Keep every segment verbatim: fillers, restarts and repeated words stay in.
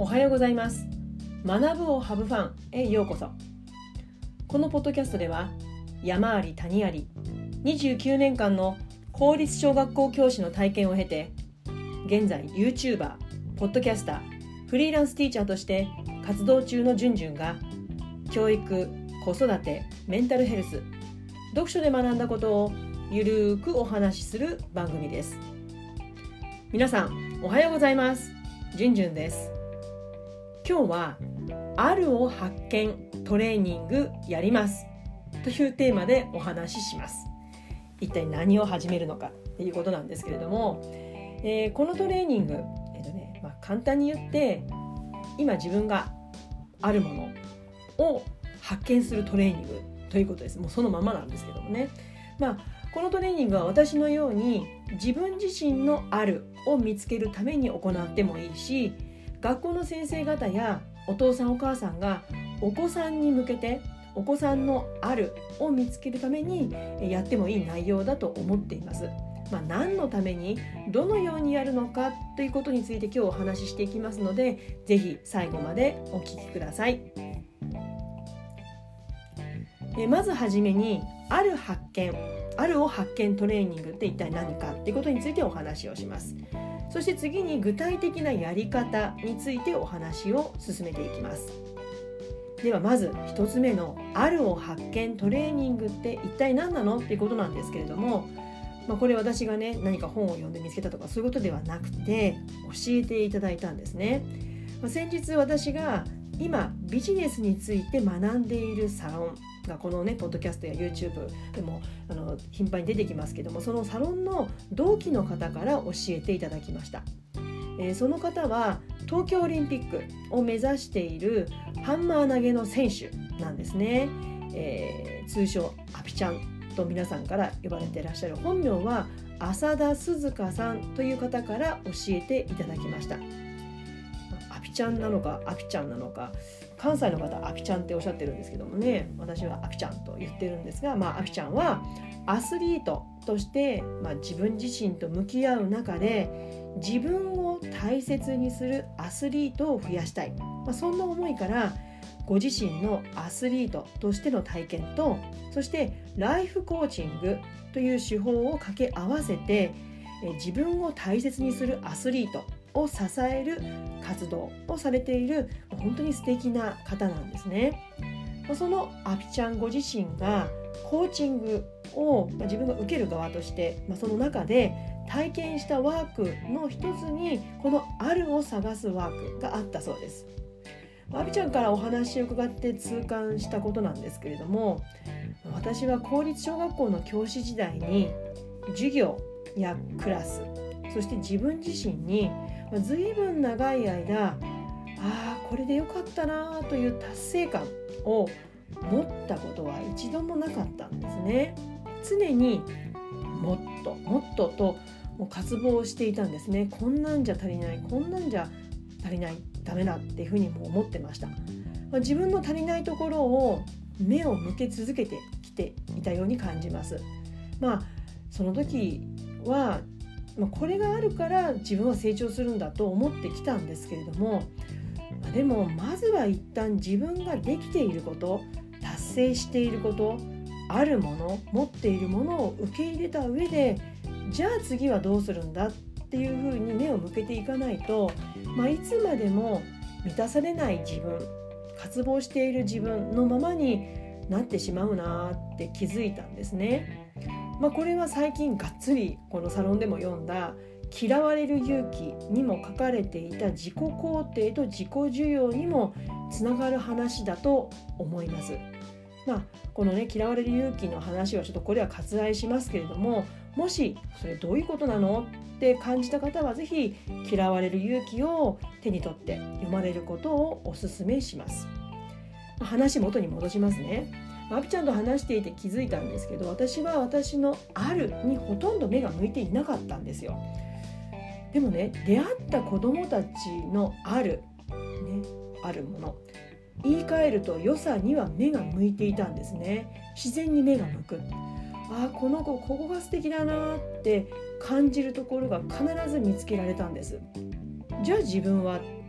おはようございます。学ぶをハブファンへようこそ。このポッドキャストでは山あり谷ありにじゅうきゅうねんかんの公立小学校教師の体験を経て、現在 YouTuber、ポッドキャスター、フリーランスティーチャーとして活動中のじゅんじゅんが、教育、子育て、メンタルヘルス、読書で学んだことをゆるーくお話しする番組です。皆さんおはようございます。じゅんじゅんです。今日はあるを発見トレーニングやりますというテーマでお話しします。一体何を始めるのかっていうことなんですけれども、えー、このトレーニング、えーとねまあ、簡単に言って今自分があるものを発見するトレーニングということです。もうそのままなんですけどもね、まあ、このトレーニングは私のように自分自身のあるを見つけるために行ってもいいし、学校の先生方やお父さんお母さんがお子さんに向けてお子さんのあるを見つけるためにやってもいい内容だと思っています。まあ、何のためにどのようにやるのかということについて今日お話ししていきますので、ぜひ最後までお聞きください。えまずはじめにある発見あるを発見トレーニングって一体何かっていうことについてお話をします。そして次に具体的なやり方についてお話を進めていきます。ではまず一つ目のあるを発見トレーニングって一体何なのっていうことなんですけれども、まあ、これ私がね何か本を読んで見つけたとかそういうことではなくて教えていただいたんですね。まあ、先日私が今ビジネスについて学んでいるサロンがこのねポッドキャストや YouTube でもあの頻繁に出てきますけども、そのサロンの同期の方から教えていただきました。えー、その方は東京オリンピックを目指しているハンマー投げの選手なんですね。えー、通称アピちゃんと皆さんから呼ばれていらっしゃる。本名は浅田鈴香さんという方から教えていただきました。アピちゃんなのかアピちゃんなのか、関西の方はアピちゃんっておっしゃってるんですけどもね、私はアピちゃんと言ってるんですが、まあ、アピちゃんはアスリートとして、まあ、自分自身と向き合う中で自分を大切にするアスリートを増やしたい、まあ、そんな思いからご自身のアスリートとしての体験と、そしてライフコーチングという手法を掛け合わせて自分を大切にするアスリートを支える活動をされている本当に素敵な方なんですね。そのアピちゃんご自身がコーチングを自分が受ける側として、その中で体験したワークの一つにこのあるを探すワークがあったそうです。アピちゃんからお話を伺って痛感したことなんですけれども、私は公立小学校の教師時代に授業やクラス、そして自分自身にずいぶん長い間、ああこれでよかったなという達成感を持ったことは一度もなかったんですね。常にもっともっとともう渇望していたんですね。こんなんじゃ足りない、こんなんじゃ足りない、ダメだっていうふうにも思ってました。自分の足りないところを目を向け続けてきていたように感じます。まあその時はこれがあるから自分は成長するんだと思ってきたんですけれども、でもまずは一旦自分ができていること、達成していること、あるもの、持っているものを受け入れた上で、じゃあ次はどうするんだっていうふうに目を向けていかないと、まあ、いつまでも満たされない自分、渇望している自分のままになってしまうなって気づいたんですね。まあ、これは最近がっつりこのサロンでも読んだ嫌われる勇気にも書かれていた自己肯定と自己需要にもつながる話だと思います。まあ、このね嫌われる勇気の話はちょっとこれは割愛しますけれども、もしそれどういうことなのって感じた方はぜひ嫌われる勇気を手に取って読まれることをお勧めします。話元に戻しますね。アピちゃんと話していて気づいたんですけど、私は私のあるにほとんど目が向いていなかったんですよ。でもね、出会った子どもたちのある、ね、あるもの、言い換えると良さには目が向いていたんですね。自然に目が向く。ああこの子ここが素敵だなって感じるところが必ず見つけられたんです。じゃあ自分は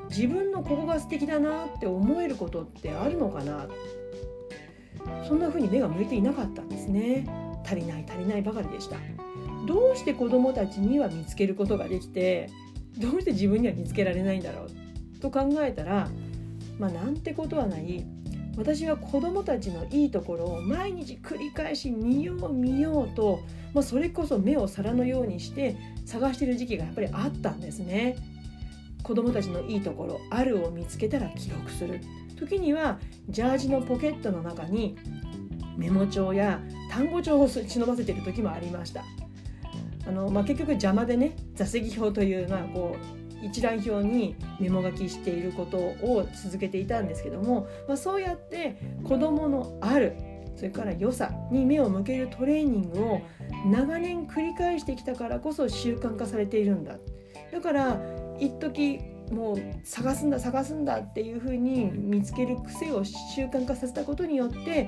自分のここが素敵だなって思えることってあるのかな。そんな風に目が向いていなかったんですね。足りない足りないばかりでした。どうして子どもたちには見つけることができて、どうして自分には見つけられないんだろうと考えたら、まあなんてことはない、私は子どもたちのいいところを毎日繰り返し見よう見ようと、まあ、それこそ目を皿のようにして探している時期がやっぱりあったんですね。子どもたちのいいところ、あるを見つけたら記録する。時にはジャージのポケットの中にメモ帳や単語帳を忍ばせている時もありました。あの、まあ、結局邪魔でね、座席表という、まあ、こう一覧表にメモ書きしていることを続けていたんですけども、まあ、そうやって子どものある、それから良さに目を向けるトレーニングを長年繰り返してきたからこそ習慣化されているんだ。だから一時もう探すんだ探すんだっていう風に見つける癖を習慣化させたことによって、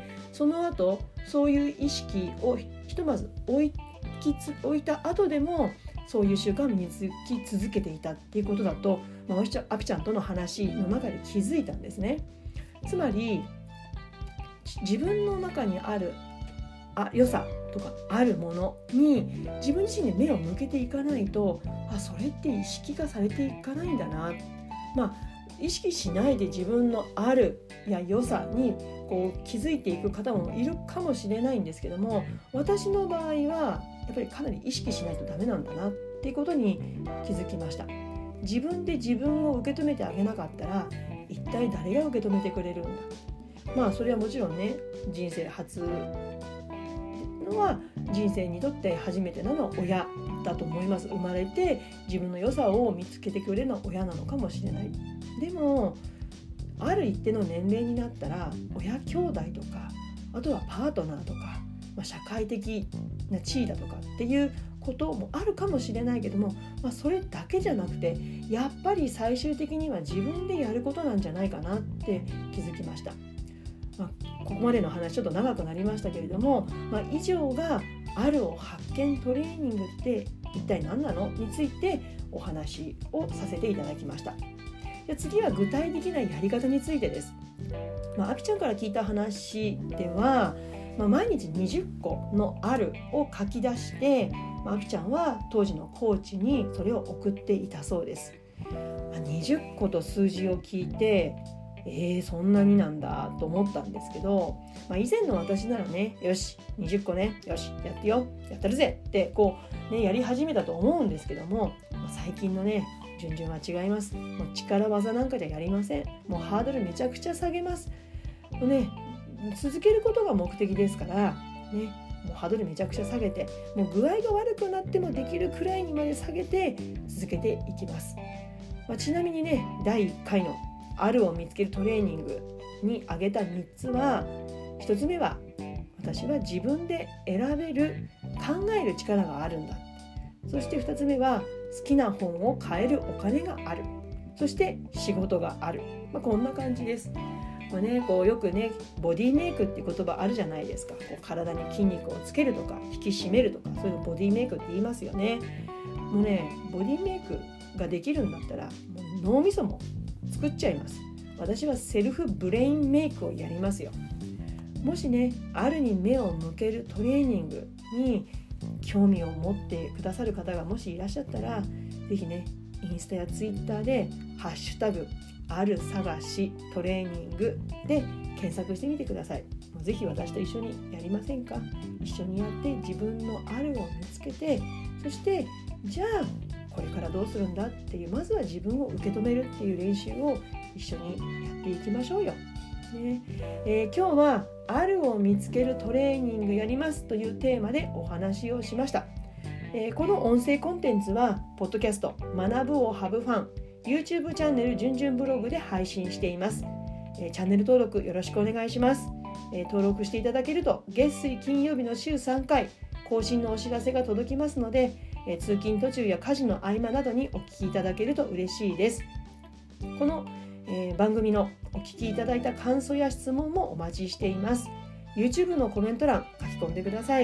その後そういう意識をひとまず置い置いた後でもそういう習慣を身につき続けていたっていうことだと、まあ、アピちゃんとの話の中で気づいたんですね。つまり自分の中にあるあ良さとかあるものに自分自身で目を向けていかないと、あ、それって意識化されていかないんだな。まあ意識しないで自分のあるや良さにこう気づいていく方もいるかもしれないんですけども、私の場合はやっぱりかなり意識しないとダメなんだなっていうことに気づきました。自分で自分を受け止めてあげなかったら一体誰が受け止めてくれるんだ。まあそれはもちろんね、人生初のは人生にとって初めてなのは親だと思います。生まれて自分の良さを見つけてくれるのは親なのかもしれない。でもある一定の年齢になったら親兄弟とか、あとはパートナーとか、まあ、社会的な地位だとかっていうこともあるかもしれないけども、まあ、それだけじゃなくてやっぱり最終的には自分でやることなんじゃないかなって気づきました。まあ、ここまでの話ちょっと長くなりましたけれども、まあ、以上があるを発見トレーニングって一体何なのについてお話をさせていただきました。で次は具体的なやり方についてです。まあ、アピちゃんから聞いた話では、まあ、毎日にじゅっこのあるを書き出して、まあ、アピちゃんは当時のコーチにそれを送っていたそうです。まあ、にじゅっこと数字を聞いて、えー、そんなになんだと思ったんですけど、まあ、以前の私ならね、よしにじゅっこね、よしやってよ、やったるぜってこう、ね、やり始めたと思うんですけども、まあ、最近のね順々は違います。もう力技なんかじゃやりません。もうハードルめちゃくちゃ下げます。もうね、続けることが目的ですから、ね、もうハードルめちゃくちゃ下げて、もう具合が悪くなってもできるくらいにまで下げて続けていきます。まあ、ちなみにね、だいいっかいのあるを見つけるトレーニングに挙げたみっつは、ひとつめは私は自分で選べる考える力があるんだ。そしてふたつめは好きな本を買えるお金がある。そして仕事がある。まあ、こんな感じです。まあね、こうよくねボディメイクっていう言葉あるじゃないですか。こう体に筋肉をつけるとか引き締めるとか、そういうのボディメイクって言いますよね。もうね、ボディメイクができるんだったらもう脳みそも作っちゃいます。私はセルフブレインメイクをやりますよ。もしね、あるに目を向けるトレーニングに興味を持ってくださる方がもしいらっしゃったら、ぜひね、インスタやツイッターでハッシュタグある探しトレーニングで検索してみてください。ぜひ私と一緒にやりませんか？一緒にやって自分のあるを見つけて、そしてじゃあこれからどうするんだっていう、まずは自分を受け止めるっていう練習を一緒にやっていきましょうよ、ねえー、今日はあるを見つけるトレーニングやりますというテーマでお話をしました。えー、この音声コンテンツはポッドキャスト学ぶをハブファン YouTube チャンネルじゅんじゅんブログで配信しています。えー、チャンネル登録よろしくお願いします。えー、登録していただけると月水金曜日の週さんかい更新のお知らせが届きますので、えー、通勤途中や家事の合間などにお聞きいただけると嬉しいです。この、えー、番組のお聞きいただいた感想や質問もお待ちしています。 YouTube のコメント欄書き込んでください。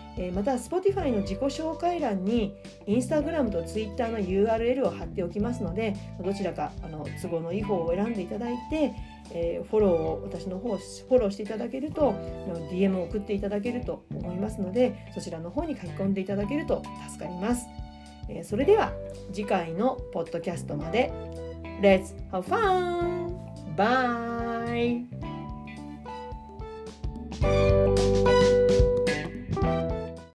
えー、また Spotify の自己紹介欄に Instagram と Twitter の ユーアールエル を貼っておきますので、どちらかあの都合のいい方を選んでいただいて、えー、フォローを私の方フォローしていただけると ディーエム を送っていただけると思いますので、そちらの方に書き込んでいただけると助かります。えー、それでは次回のポッドキャストまで Let's have fun! Bye!